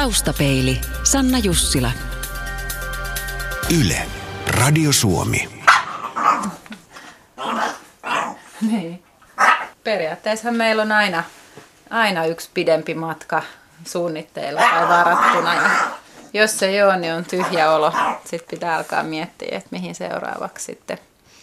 Taustapeili, Sanna Jussila. Yle, Radio Suomi. Niin. Periaatteessa meillä on aina yksi pidempi matka suunnitteilla tai varattuna. Ja jos se ei ole, niin on tyhjä olo. Sitten pitää alkaa miettiä, että mihin seuraavaksi sitten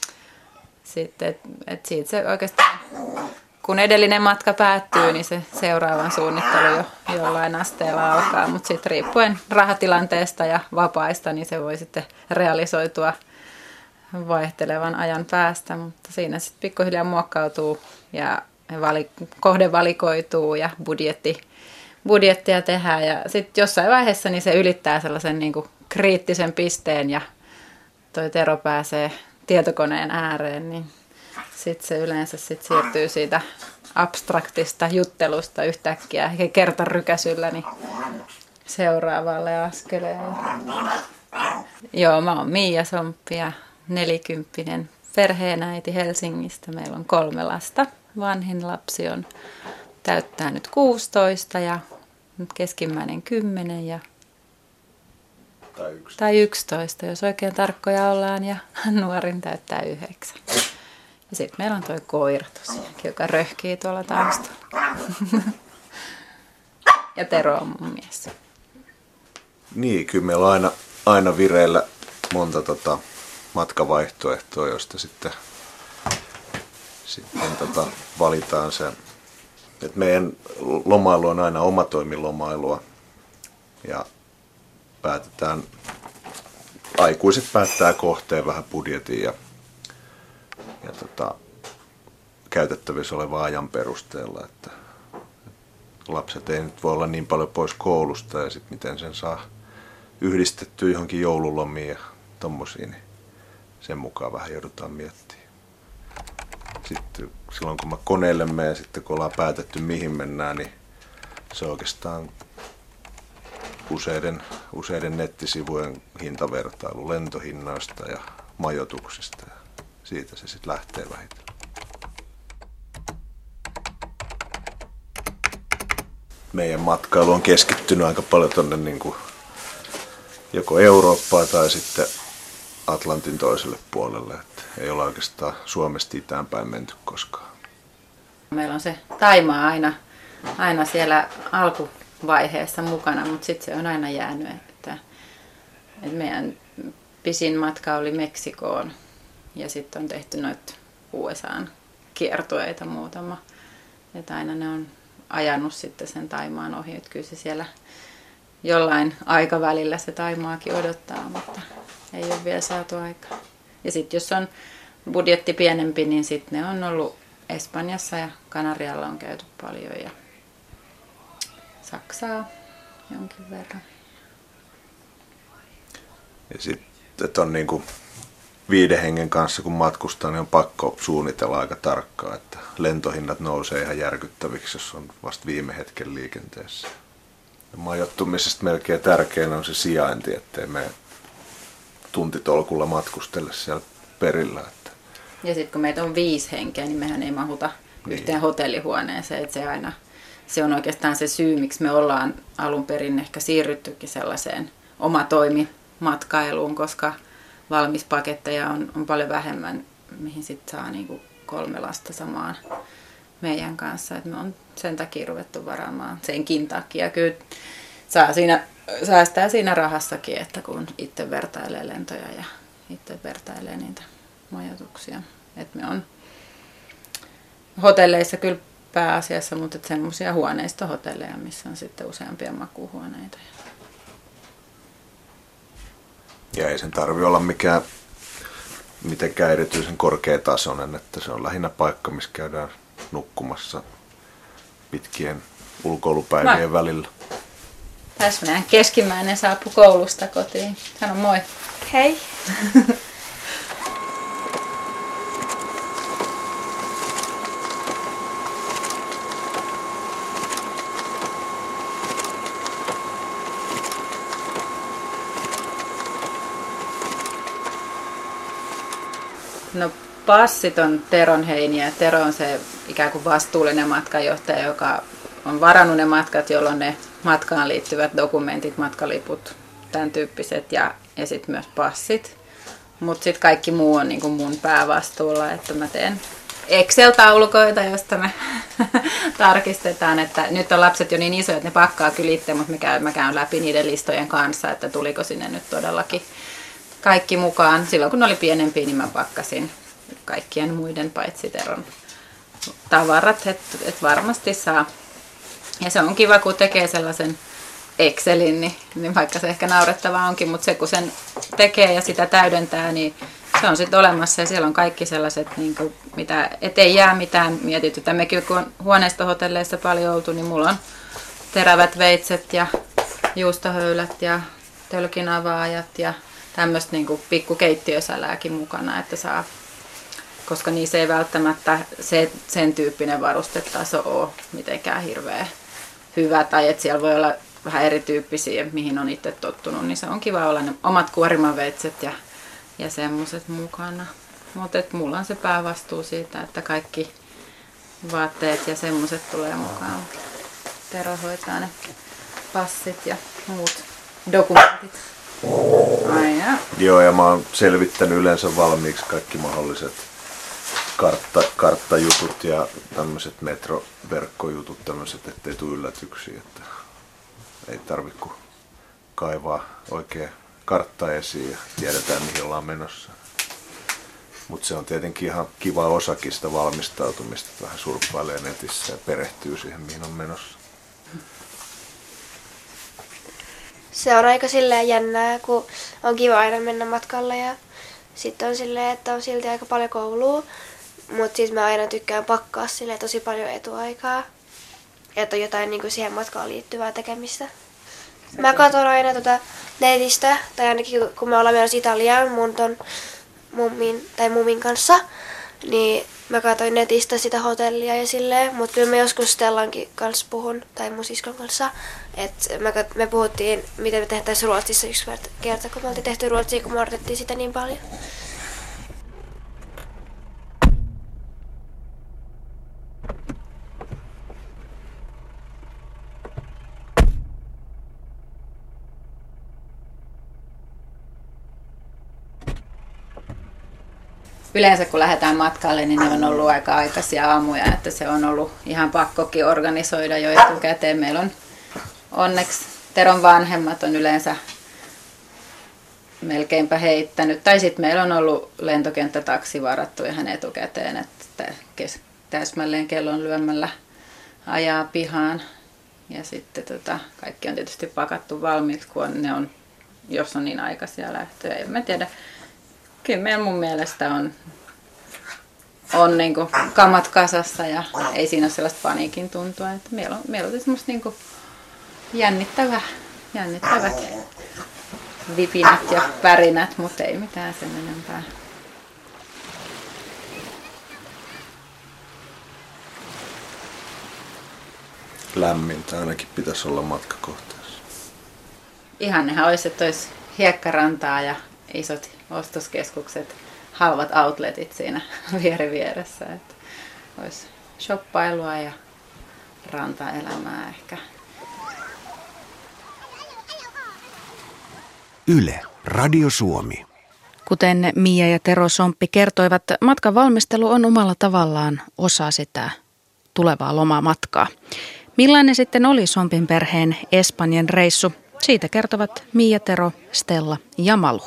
että siitä se oikeastaan, kun edellinen matka päättyy, niin se seuraavan suunnittelu jo jollain asteella alkaa. Mutta sitten riippuen rahatilanteesta ja vapaista, niin se voi sitten realisoitua vaihtelevan ajan päästä. Mutta siinä sitten pikkuhiljaa muokkautuu ja kohde valikoituu ja budjettia tehdään. Ja sitten jossain vaiheessa niin se ylittää sellaisen niin kuin kriittisen pisteen ja toi Tero pääsee tietokoneen ääreen, niin sitten se yleensä siirtyy siitä abstraktista juttelusta yhtäkkiä kertarykäisyllä niin seuraavalle askeleelle. Joo, mä oon Miia Somppi ja 40 perheenäiti Helsingistä. Meillä on 3 lasta. Vanhin lapsi täyttää nyt 16 ja keskimmäinen 10 ja tai 11, jos oikein tarkkoja ollaan, ja nuorin täyttää 9. Ja sitten meillä on toi koira tosiaankin, joka röhkii tuolla taustalla. Ja Tero on mun mies. Niin, kyllä meillä on aina vireillä monta matkavaihtoehtoa, josta sitten valitaan se. Et meidän lomailu on aina omatoimilomailua ja aikuiset päättää kohteen vähän budjetin ja käytettävissä olevan ajan perusteella, että lapset ei nyt voi olla niin paljon pois koulusta ja sitten miten sen saa yhdistettyä johonkin joululomiin ja tommosiin, niin sen mukaan vähän joudutaan miettimään. Sitten silloin kun mä koneelle menen ja sitten kun ollaan päätetty mihin mennään, niin se oikeastaan useiden nettisivujen hintavertailu lentohinnoista ja majoituksista ja siitä se sitten lähtee vähitellen. Meidän matkailu on keskittynyt aika paljon tuonne niin kuin joko Eurooppaan tai sitten Atlantin toiselle puolelle. Että ei olla oikeastaan Suomesta itään päin menty koskaan. Meillä on se Thaimaa aina siellä alkuvaiheessa mukana, mutta sitten se on aina jäänyt. Että meidän pisin matka oli Meksikoon ja sitten on tehty noita USA:n kiertueita muutama. Että aina ne on ajanut sitten sen Thaimaan ohi. Että kyllä se siellä jollain aikavälillä se Thaimaakin odottaa, mutta ei ole vielä saatu aikaa. Ja sitten jos on budjetti pienempi, niin sitten ne on ollut Espanjassa ja Kanarialla on käyty paljon ja Saksaa jonkin verran. Ja sitten on niinku 5 hengen kanssa kun matkustaa, niin on pakko suunnitella aika tarkkaan, että lentohinnat nousee ihan järkyttäviksi, jos on vasta viime hetken liikenteessä. Ja majoittumisesta melkein tärkein on se sijainti, ettei me tuntitolkulla matkustelle siellä perillä. Että. Ja sitten kun meitä on 5 henkeä, niin mehän ei mahuta yhteen hotellihuoneeseen. Että se on oikeastaan se syy, miksi me ollaan alun perin ehkä siirryttykin sellaiseen omatoimimatkailuun, koska valmispaketteja on paljon vähemmän, mihin sitten saa niinku 3 lasta samaan meidän kanssa. Et me on sen takia ruvettu varaamaan senkin takia. Kyllä säästää siinä rahassakin, että kun itse vertailee lentoja ja itse vertailee niitä majoituksia. Et me on hotelleissa kyllä pääasiassa, mutta semmoisia huoneistohotelleja, missä on sitten useampia makuuhuoneita. Ja ei sen tarvitse olla mitenkään erityisen korkeatasoinen, että se on lähinnä paikka, missä käydään nukkumassa pitkien ulkoilupäivien välillä. Tässä meidän keskimmäinen saapui koulusta kotiin. Sano moi. Hei. No passit on Teron heiniä. Tero on se ikään kuin vastuullinen matkanjohtaja, joka on varannut ne matkat, jolloin ne matkaan liittyvät dokumentit, matkaliput, tämän tyyppiset ja sitten myös passit. Mutta sitten kaikki muu on niinku mun päävastuulla, että mä teen Excel-taulukoita, josta me tarkistetaan, että nyt on lapset jo niin isoja, että ne pakkaa kyllä itse, mutta mä käyn läpi niiden listojen kanssa, että tuliko sinne nyt todellakin kaikki mukaan. Silloin kun ne oli pienempiä, niin mä pakkasin kaikkien muiden paitsi Teron tavarat, että varmasti saa. Ja se on kiva, kun tekee sellaisen Excelin, niin vaikka se ehkä naurettavaa onkin, mutta se kun sen tekee ja sitä täydentää, niin se on sitten olemassa ja siellä on kaikki sellaiset, niin kuin, mitä ei jää mitään mietitytä. Mekin kun on huoneistohotelleissa paljon oltu, niin mulla on terävät veitset ja juustohöylät ja tölkinavaajat ja tämmöistä niin pikkukeittiösälääkin mukana, että saa, koska niissä ei välttämättä sen tyyppinen varustetaso ole mitenkään hirveän hyvä tai että siellä voi olla vähän erityyppisiä, mihin on itse tottunut, niin se on kiva olla ne omat kuorimaveitset ja semmoiset mukana. Mutta mulla on se päävastuu siitä, että kaikki vaatteet ja semmoiset tulee mukaan. Tero hoitaa ne passit ja muut dokumentit. Aina. Joo, ja mä oon selvittänyt yleensä valmiiksi kaikki mahdolliset karttajutut ja tämmöiset metroverkkojutut, tämmöiset, ettei tule yllätyksiä. Että ei tarvitse kuin kaivaa oikein kartta esiin ja tiedetään mihin ollaan menossa. Mutta se on tietenkin ihan kiva osakin sitä valmistautumista, että vähän surffailee netissä ja perehtyy siihen mihin on menossa. Se on aika silleen jännää, kun on kiva aina mennä matkalle ja sitten on silleen, että on silti aika paljon koulua. Mutta siis mä aina tykkään pakkaa silleen tosi paljon etuaikaa, että on jotain niinku siihen matkaan liittyvää tekemistä. Mä katson aina netistä, tai ainakin kun me ollaan menossa Italiaan mummin kanssa, niin mä katsoin netistä sitä hotellia ja silleen, mutta kyllä mä joskus Stellankin kanssa puhun, tai mun siskon kanssa, että me puhuttiin, miten me tehtäisiin Ruotsissa yksi kerta, kun me oltiin tehty Ruotsia, kun me odotettiin sitä niin paljon. Yleensä kun lähdetään matkalle, niin ne on ollut aika aikaisia aamuja, että se on ollut ihan pakkokin organisoida jo etukäteen. Meillä on onneksi Teron vanhemmat on yleensä melkeinpä heittänyt. Tai sitten meillä on ollut lentokenttätaksi varattu ihan etukäteen, että täsmälleen kellon lyömällä ajaa pihaan. Ja sitten kaikki on tietysti pakattu valmiiksi, kun jos on niin aikaisia lähtöjä. En mä tiedä. Kyllä meillä mun mielestä on niinku kamat kasassa ja ei siinä ole sellaista paniikin tuntua. Että meillä on semmoista niinku jännittävät vipinät ja värinät, mutta ei mitään sen enempää. Lämmintä ainakin pitäisi olla matkakohteessa. Ihannehan olisi, että olisi hiekkarantaa ja isot ostoskeskukset, halvat outletit siinä vieressä, että olisi shoppailua ja rantaelämää ehkä. Yle, Radio Suomi. Kuten Mia ja Tero Somppi kertoivat, matkan valmistelu on omalla tavallaan osa sitä tulevaa lomamatkaa. Millainen sitten oli Sompin perheen Espanjan reissu? Siitä kertovat Mia, Tero, Stella ja Malu.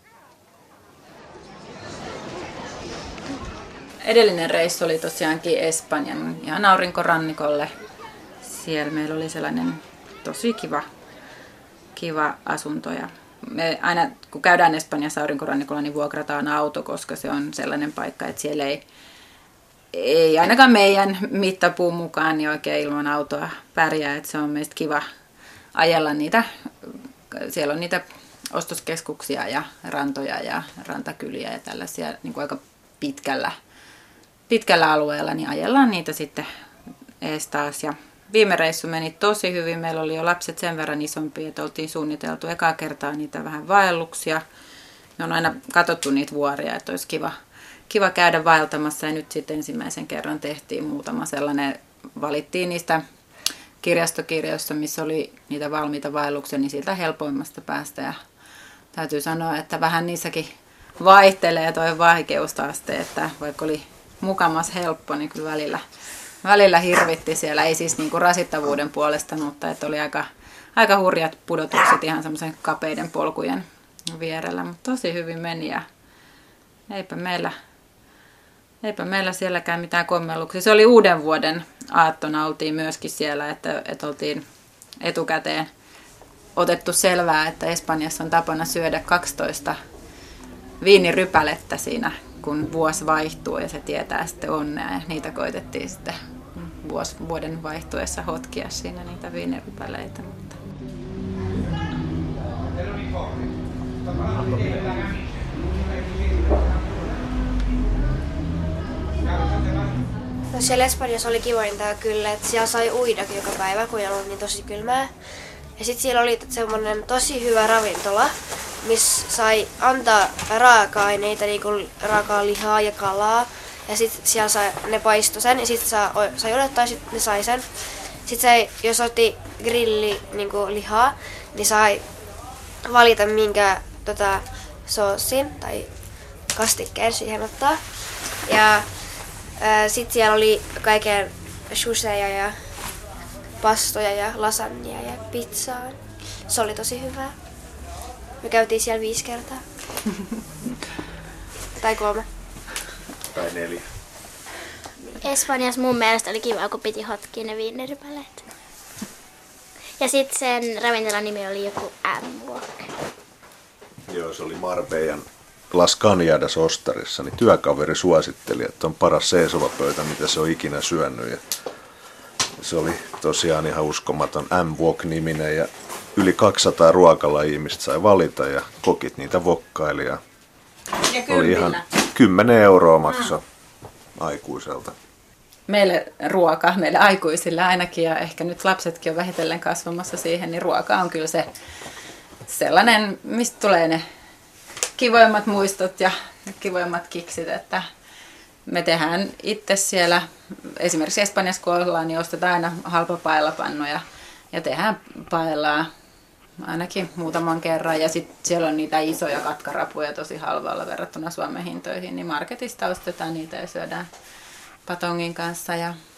Edellinen reissu oli tosiaankin Espanjan ihan aurinkorannikolle. Siellä meillä oli sellainen tosi kiva asunto. Ja me aina kun käydään Espanjassa aurinkorannikolla, niin vuokrataan auto, koska se on sellainen paikka, että siellä ei ainakaan meidän mittapuun mukaan niin oikein ilman autoa pärjää. Että se on meistä kiva ajella niitä. Siellä on niitä ostoskeskuksia ja rantoja ja rantakyliä ja tällaisia niin kuin aika pitkällä alueella, niin ajellaan niitä sitten ees taas. Ja viime reissu meni tosi hyvin. Meillä oli jo lapset sen verran isompia, että oltiin suunniteltu ekaa kertaa niitä vähän vaelluksia. Me on aina katsottu niitä vuoria, että olisi kiva käydä vaeltamassa. Ja nyt sitten ensimmäisen kerran tehtiin muutama sellainen, valittiin niistä kirjastokirjoissa, missä oli niitä valmiita vaelluksia, niin siltä helpoimmasta päästä. Ja täytyy sanoa, että vähän niissäkin vaihtelee toi vaikeusaste, että vaikka oli mukamas helppo, niin kyllä välillä hirvitti siellä. Ei siis niin kuin rasittavuuden puolesta, mutta että oli aika hurjat pudotukset ihan semmoisen kapeiden polkujen vierellä, mutta tosi hyvin meni ja eipä meillä sielläkään mitään kommelluksia. Se oli uuden vuoden aattona, oltiin myöskin siellä, että oltiin etukäteen otettu selvää, että Espanjassa on tapana syödä 12 viinirypälettä siinä, kun vuosi vaihtuu ja se tietää sitten onnea. Ja niitä koitettiin sitten vuoden vaihtuessa hotkia siinä niitä viinirypäleitä. No siellä Espanjassa oli kivointa kyllä, että siellä sai uida joka päivä, kun ei ollut niin tosi kylmää. Ja sitten siellä oli semmoinen tosi hyvä ravintola, missä sai antaa raaka-aineita, niin kuin raakaa lihaa ja kalaa. Ja sitten siellä ne paistoi sen ja sitten sai odottaa ja sitten ne sai sen. Sitten jos otti grilli niin kuin lihaa, niin sai valita minkä soosin tai kastikkeen siihen ottaa. Ja sitten siellä oli kaiken shuseja ja pastoja ja lasagnea ja pizzaa. Se oli tosi hyvää. Me käytiin siellä 5 kertaa. Tai 3. Tai 4. Espanjassa mun mielestä oli kiva, kun piti hotkia ne viinirypäleet. Ja sitten sen ravintolan nimi oli joku M-Walk. Joo, se oli Marbeijan Las Cañadas Ostarissa, niin työkaveri suositteli, että on paras seisova pöytä, mitä se on ikinä syönyt. Ja se oli tosiaan ihan uskomaton M-Wok-niminen ja yli 200 ruokalajia, mistä sai valita ja kokit niitä vokkaili. Ja oli ihan 10 euroa maksoi aikuiselta. Meille aikuisille ainakin, ja ehkä nyt lapsetkin on vähitellen kasvamassa siihen, niin ruoka on kyllä se sellainen, mistä tulee ne kivoimmat muistot ja kivoimmat kiksit, että me tehdään itse siellä, esimerkiksi Espanjassa kun ollaan, niin ostetaan aina halpa paellapannoja ja tehdään paellaa ainakin muutaman kerran. Ja sitten siellä on niitä isoja katkarapuja tosi halvalla verrattuna Suomen hintoihin, niin marketista ostetaan niitä ja syödään patongin kanssa.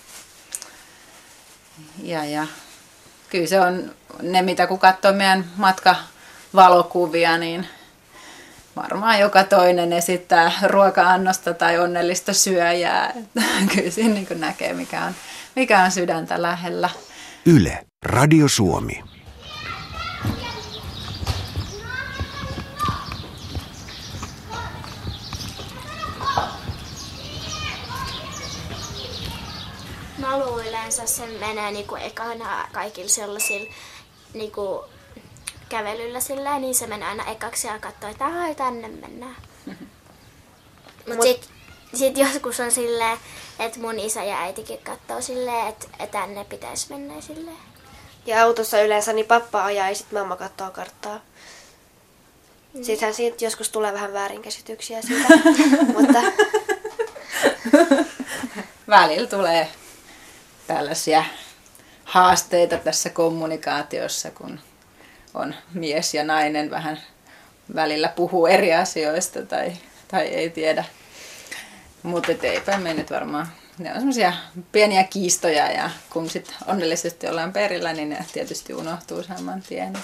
Ja kyllä se on ne, mitä kun katsoo meidän matkavalokuvia, niin varmaan joka toinen esittää ruoka-annosta tai onnellista syöjää. Kyllä siinä niin kuin näkee, mikä on sydäntä lähellä. Yle, Radio Suomi. Malu yleensä se menee niinku ekana kaikilla sellaisilla niinku kävelyllä sillä, niin se menee aina ekaksi ja katsoo, että tänne mennään. Mut sit joskus on silleen, että mun isä ja äitikin katsoo silleen, että tänne pitäisi mennä silleen. Ja autossa yleensä niin pappa ajaa ja sitten mamma katsoo karttaa. Sittenhän siitä joskus tulee vähän väärinkäsityksiä siitä, mutta Välillä tulee tällaisia haasteita tässä kommunikaatiossa, kun on mies ja nainen vähän välillä puhuu eri asioista tai ei tiedä. Mutta eipä me nyt varmaan. Ne on semmoisia pieniä kiistoja ja kun sitten onnellisesti ollaan perillä, niin ne tietysti unohtuu saman tien.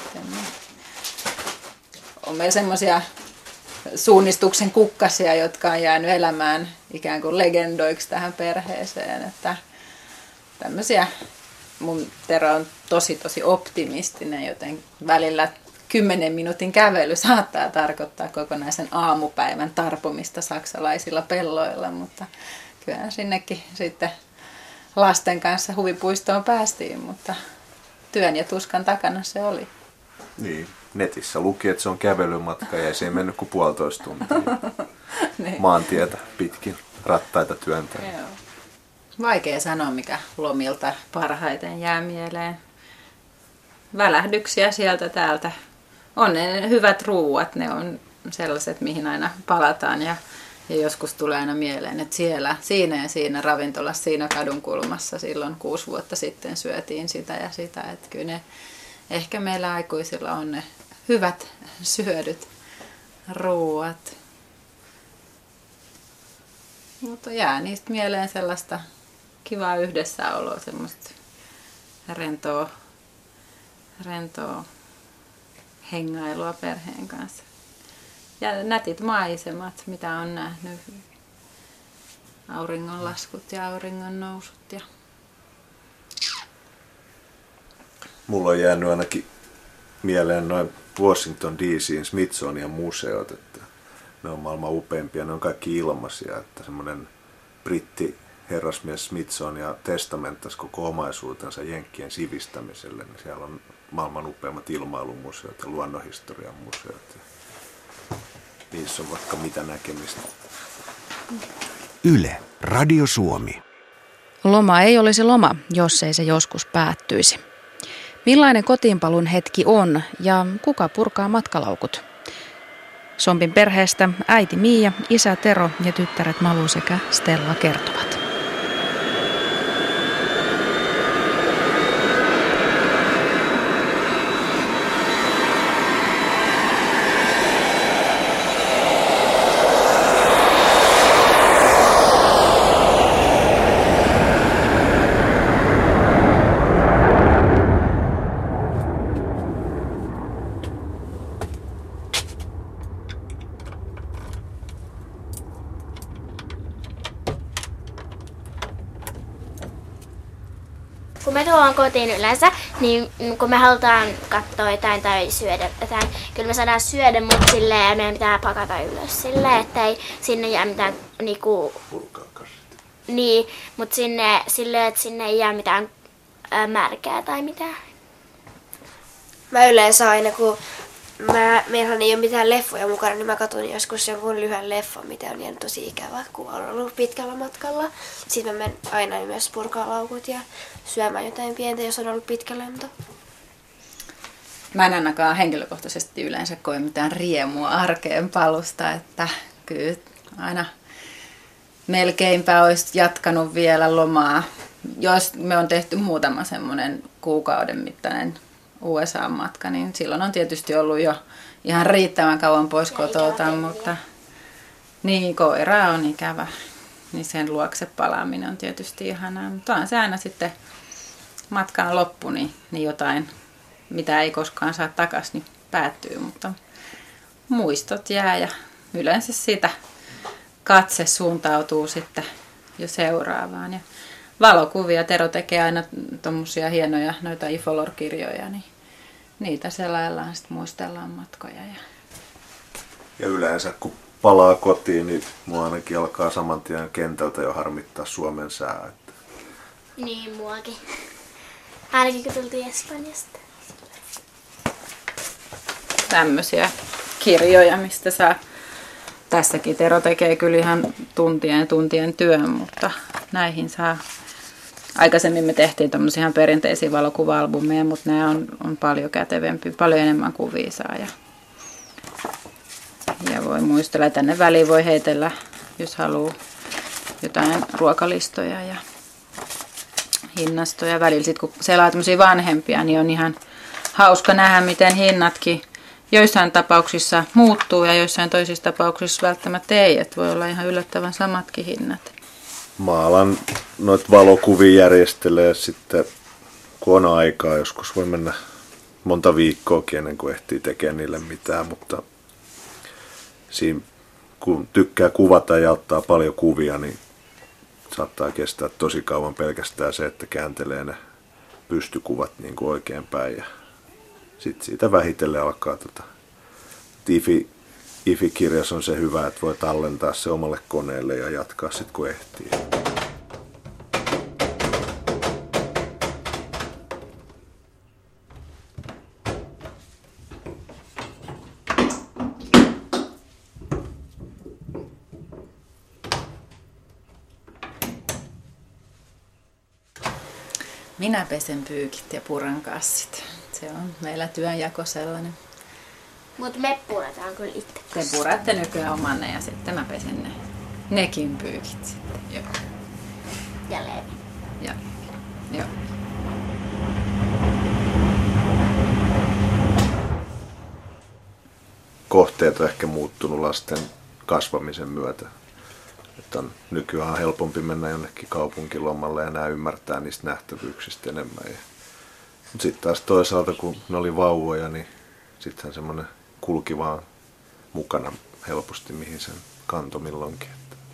On meillä semmoisia suunnistuksen kukkasia, jotka on jäänyt elämään ikään kuin legendoiksi tähän perheeseen. Että tämmöisiä, mun Tero on tosi optimistinen, joten välillä 10 minuutin kävely saattaa tarkoittaa kokonaisen aamupäivän tarpomista saksalaisilla pelloilla, mutta kyllähän sinnekin sitten lasten kanssa huvipuistoon päästiin, mutta työn ja tuskan takana se oli. Niin, netissä luki, että se on kävelymatka ja ei se mennyt kuin 1,5 tuntia Niin. maantietä pitkin rattaita työntää. Joo. Vaikea sanoa, mikä lomilta parhaiten jää mieleen. Välähdyksiä sieltä täältä. On ne hyvät ruuat, ne on sellaiset, mihin aina palataan. Ja Ja joskus tulee aina mieleen, että siinä ja siinä ravintolassa, siinä kadunkulmassa silloin 6 vuotta sitten syötiin sitä ja sitä. Että kyllä ehkä meillä aikuisilla on ne hyvät syödyt ruuat. Mutta jää niistä mieleen sellaista kivaa yhdessäoloa, semmoista rentoa hengailua perheen kanssa. Ja nätit maisemat, mitä on nähnyt. Auringonlaskut ja auringonnousut. Ja... Mulla on jäänyt ainakin mieleen noin Washington DC:n Smithsonian museot, että ne on maailman upeimpia, ne on kaikki ilmaisia, että semmoinen britti herrasmies Smithsonia testamenttasi koko omaisuutensa jenkkien sivistämiselle, niin siellä on maailman upeimmat ilmailumuseot ja luonnonhistorian museot. Niissä on vaikka mitä näkemistä. Yle, Radio Suomi. Loma ei olisi loma, jos ei se joskus päättyisi. Millainen kotiinpalun hetki on ja kuka purkaa matkalaukut? Sompin perheestä äiti Miia, isä Tero ja tyttäret Malu sekä Stella kertovat. Kun me tuodaan kotiin yleensä, niin kun me halutaan katsoa jotain tai syödä jotain, kyllä me saadaan syödä, mutta silleen ja meidän pitää pakata ylös silleen, ettei sinne jää mitään niinku... Niin, mutta silleen, että sinne ei jää mitään märkää tai mitään. Mä yleensä aina, kun meillähän ei ole mitään leffoja mukana, niin mä katson joskus jonkun lyhyen leffon, mitä on jäänyt tosi ikävä, kun on ollut pitkällä matkalla. Sitten mä menen aina myös purkaa laukut ja syömään jotain pientä, jos on ollut pitkä lento. Mä en ainakaan henkilökohtaisesti yleensä koe mitään riemua arkeen palusta, että kyllä aina melkeinpä olisi jatkanut vielä lomaa. Jos me on tehty muutama semmoinen kuukauden mittainen USA-matka, niin silloin on tietysti ollut jo ihan riittävän kauan pois kotolta, mutta niin, koira on ikävä. Niin sen luokse palaaminen on tietysti ihanaa, mutta on se aina sitten matkan loppu, niin jotain, mitä ei koskaan saa takaisin, niin päättyy, mutta muistot jää ja yleensä sitä katse suuntautuu sitten jo seuraavaan. Ja valokuvia, Tero tekee aina tommosia hienoja noita Ifolor-kirjoja, niin niitä selaillaan, sitten muistellaan matkoja. Ja yleensä kun palaa kotiin, niin mua ainakin alkaa saman tien kentältä jo harmittaa Suomen sää. Että... Niin, muakin. Ainakin kun tultiin Espanjasta. Tämmöisiä kirjoja, mistä saa... Tässäkin Tero tekee kyllä ihan tuntien työn, mutta näihin saa... Aikaisemmin me tehtiin tommosia ihan perinteisiä valokuva-albumeja, mutta nämä on paljon kätevempi, paljon enemmän kuvia saa. Ja voi muistella, tänne väliin voi heitellä, jos haluaa jotain ruokalistoja ja hinnastoja. Välillä sitten kun selaa tämmöisiä vanhempia, niin on ihan hauska nähdä, miten hinnatkin joissain tapauksissa muuttuu ja joissain toisissa tapauksissa välttämättä ei. Että voi olla ihan yllättävän samatkin hinnat. Maalan noita valokuvia järjestelee sitten, kun on aikaa. Joskus voi mennä monta viikkoakin ennen kuin ehtii tekemään niille mitään, mutta siinä kun tykkää kuvata ja ottaa paljon kuvia, niin saattaa kestää tosi kauan pelkästään se, että kääntelee ne pystykuvat niin kuin oikein päin. Ja sitten siitä vähitellen alkaa IFI-kirjassa on se hyvä, että voi tallentaa se omalle koneelle ja jatkaa sitten kun ehtii. Minä pesen pyykit ja puran kassit. Se on meillä työnjako sellainen. Mutta me puretaan kyllä itse. Te puratte nykyään omanne ja sitten mä pesen ne Nekin pyykit sitten, joo. Ja Leevi. Joo. Kohteet on ehkä muuttunut lasten kasvamisen myötä. Että on nykyään helpompi mennä jonnekin kaupunkilomalle ja nämä ymmärtää niistä nähtävyyksistä enemmän. Mutta sitten taas toisaalta, kun ne oli vauvoja, niin sittenhän semmoinen kulki vaan mukana helposti, mihin sen kanto milloinkin.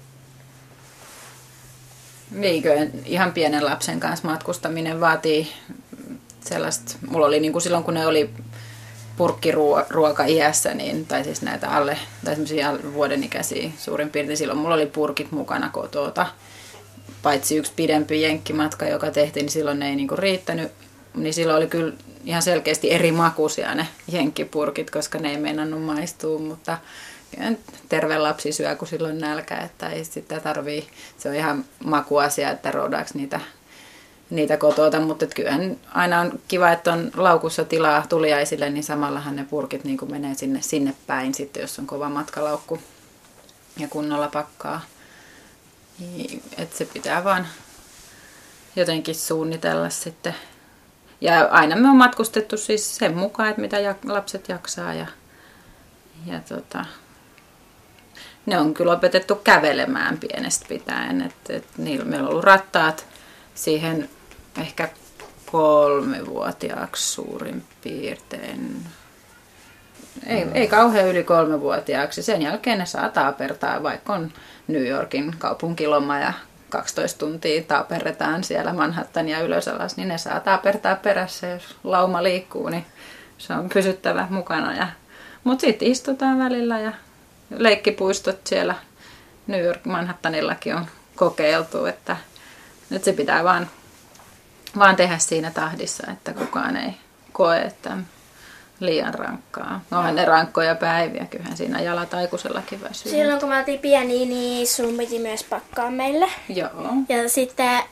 Eikö ihan pienen lapsen kanssa matkustaminen vaatii sellaista, mulla oli niin kuin silloin kun ne oli purkkiruoka-iässä, niin, tai siis näitä tai semmoisia vuoden ikäisiä suurin piirtein, silloin mulla oli purkit mukana kotota. Paitsi yksi pidempi jenkkimatka, joka tehtiin, niin silloin ne ei niinku riittänyt. Niin silloin oli kyllä ihan selkeästi eri makuisia ne jenkkipurkit, koska ne ei meinannut maistua, mutta terve lapsi syö, kun silloin nälkä, että ei sitä tarvii. Se on ihan makuasia, että roudaako niitä kotota, mutta kyllähän aina on kiva, että on laukussa tilaa tuliaisille, niin samallahan ne purkit niin kuin menee sinne päin sitten, jos on kova matkalaukku ja kunnolla pakkaa. Että se pitää vaan jotenkin suunnitella sitten. Ja aina me on matkustettu siis sen mukaan, että mitä lapset jaksaa ja ne on kyllä opetettu kävelemään pienestä pitäen, että meillä on ollut rattaat siihen ehkä 3-vuotiaaksi suurin piirtein. Ei kauhean yli 3-vuotiaaksi. Sen jälkeen ne saa taapertaa, vaikka on New Yorkin kaupunkiloma ja 12 tuntia taaperretaan siellä Manhattania ylös alas, niin ne saa taapertaa perässä, jos lauma liikkuu, niin se on pysyttävä mukana. Mutta sitten istutaan välillä ja leikkipuistot siellä New York Manhattanillakin on kokeiltu, että se pitää vaan tehdä siinä tahdissa, että kukaan ei koe, että liian rankkaa. Onhan ne rankkoja päiviä, kyllähän siinä jalat aikuisellakin väsyy. Silloin kun me oltiin pieniä, niin sun piti myös pakkaa meille. Joo. Ja sitten,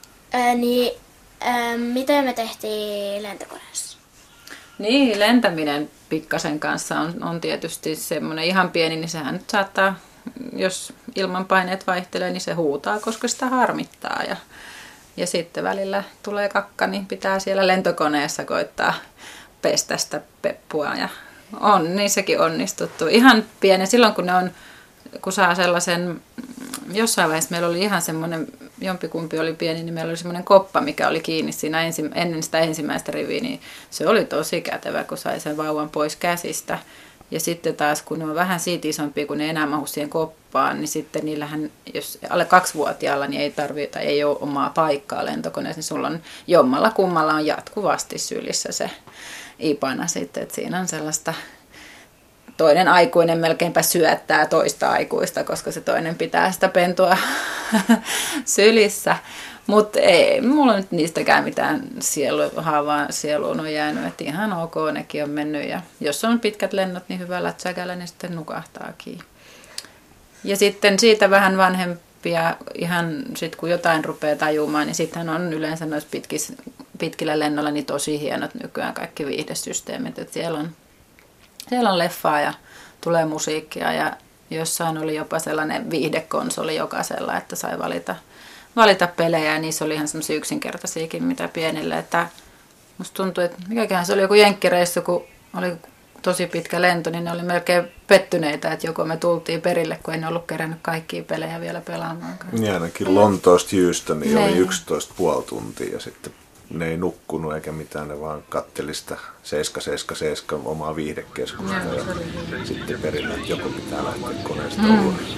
mitä me tehtiin lentokoneessa? Niin, lentäminen pikkasen kanssa on tietysti semmoinen ihan pieni, niin sehän nyt saattaa, jos ilmanpaineet vaihtelee, niin se huutaa, koska sitä harmittaa. Ja sitten välillä tulee kakka, niin pitää siellä lentokoneessa koittaa pestä sitä peppua. Ja on niissäkin onnistuttu. Ihan pieni, silloin kun saa sellaisen, jossain vaiheessa meillä oli ihan semmoinen, jompikumpi oli pieni, niin meillä oli semmoinen koppa, mikä oli kiinni siinä ennen sitä ensimmäistä riviä, niin se oli tosi kätevä, kun sai sen vauvan pois käsistä. Ja sitten taas, kun ne on vähän siitä isompia, kun ne enää mahu siihen koppaan, niin sitten niillähän, jos alle 2-vuotiaalla, niin ei ole omaa paikkaa lentokoneessa, niin sulla on jommalla kummalla on jatkuvasti sylissä se ipana sitten, että siinä on sellaista, toinen aikuinen melkeinpä syöttää toista aikuista, koska se toinen pitää sitä pentua sylissä. Mutta ei mulla nyt niistäkään mitään haavaa sieluun on jäänyt, että ihan ok, nekin on mennyt. Ja jos on pitkät lennot, niin hyvällä tsäkällä ne sitten nukahtaakin. Ja sitten siitä vähän vanhempia, ihan sit kun jotain rupeaa tajumaan, niin sittenhän on yleensä noissa pitkillä lennoilla niin tosi hienot nykyään kaikki viihdesysteemit. Että siellä on leffaa ja tulee musiikkia ja jossain oli jopa sellainen viihdekonsoli jokaisella, että sai valita pelejä ja niissä oli ihan semmoisia yksinkertaisiakin mitä pienille, että musta tuntui, että mikäköhän se oli joku jenkkireissu, kun oli tosi pitkä lento, niin ne oli melkein pettyneitä, että joko me tultiin perille, kun ei ne ollut kerännyt kaikkia pelejä vielä pelaamaan. Ja ainakin Lontoosta Houstoniin oli 11,5 tuntia ja sitten ne ei nukkunut eikä mitään, ne vaan katteli sitä 777 omaa viihdekeskusta ja sitten perille, että joko pitää lähteä koneesta ulos.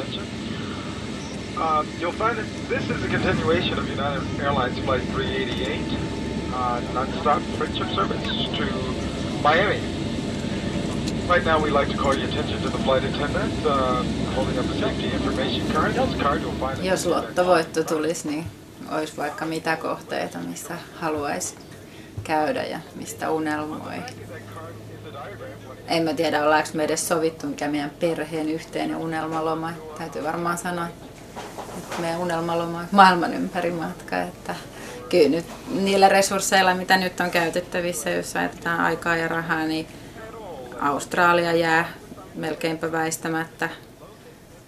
You'll find that this is a continuation of United Airlines Flight 388, non-stop friendship service to Miami. Right now we'd like to call your attention to the flight attendant holding up a safety information card. This card you'll find. Jos lottovoitto tulisi, niin olisi vaikka mitä kohteita, missä haluaisi käydä ja mistä unelmoi. En mä tiedä, ollaanko me edes sovittu, mikä meidän perheen yhteinen unelmaloma. Täytyy varmaan sanoa, että meidän unelmaloma on maailman ympäri matka. Että kyllä nyt niillä resursseilla, mitä nyt on käytettävissä, jos ajatellaan aikaa ja rahaa, niin Australia jää melkeinpä väistämättä.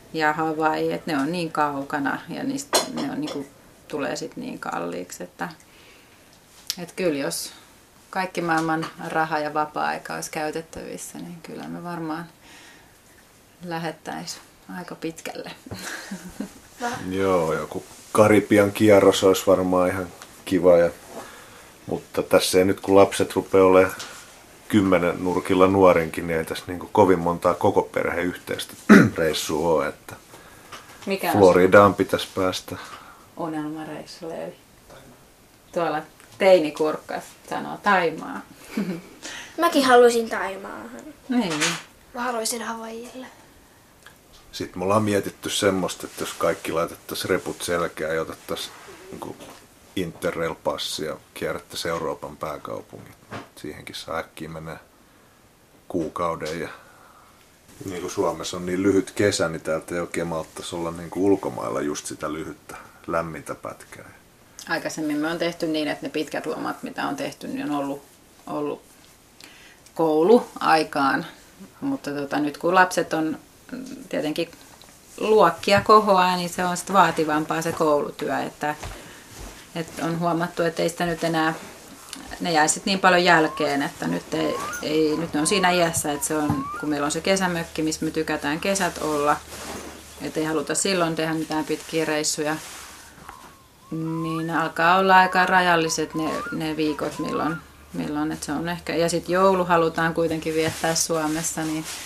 ja Hawaii, että ne on niin kaukana ja niistä ne on, niin kuin, tulee sitten niin kalliiksi, että kyllä jos kaikki maailman raha ja vapaa-aika olisi käytettävissä, niin kyllä me varmaan lähettäisiin aika pitkälle. Joo, joku Karibian kierros olisi varmaan ihan kiva. Mutta tässä ei nyt, kun lapset rupeaa olemaan 10 nurkilla nuorinkin, niin ei tässä niin kuin kovin montaa koko perheen yhteistä reissua ole. Että mikä Floridaan pitäisi päästä. Unelmareissulle, eli tuolla teinikurkkas sanoo Thaimaa. Mäkin haluaisin Thaimaahan. Niin. Mä haluaisin Havaijille. Sitten me ollaan mietitty semmoista, että jos kaikki laitettaisiin reput selkään ja otettaisiin niin Interrail-passi ja kierrättäisiin Euroopan pääkaupungit. Siihenkin saa äkkiä mennä kuukauden. Ja niin kuin Suomessa on niin lyhyt kesä, niin täältä ei oikein malttaisi olla niin kuin ulkomailla just sitä lyhyttä lämmintä pätkää. Aikaisemmin me on tehty niin, että ne pitkät lomat, mitä on tehty, niin on ollut kouluaikaan. Mutta nyt kun lapset on tietenkin luokkia kohoaa, niin se on sitten vaativampaa se koulutyö. Että on huomattu, että ei sitä nyt enää, ne jäi sitten niin paljon jälkeen, että nyt ne on siinä iässä, että se on, kun meillä on se kesämökki, missä me tykätään kesät olla, että ei haluta silloin tehdä mitään pitkiä reissuja, niin alkaa olla aika rajalliset ne viikot, milloin että se on ehkä, ja sitten joulu halutaan kuitenkin viettää Suomessa,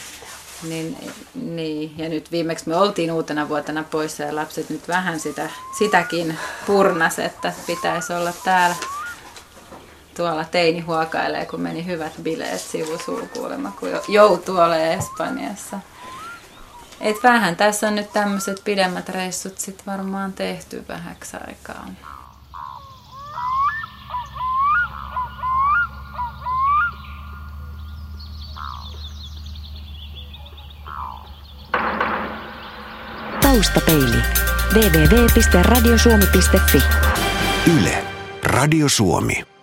niin, ja nyt viimeksi me oltiin uutena vuotena poissa ja lapset nyt vähän sitäkin purnas, että pitäisi olla täällä. Tuolla teini huokailee, kun meni hyvät bileet sivusuun kuulemma, kun joutuu olemaan Espanjassa. Et vähän tässä on nyt tämmöiset pidemmät reissut sit varmaan tehty vähäksi aikaa. Taustapeili. www.radiosuomi.fi. Yle. Radio Suomi.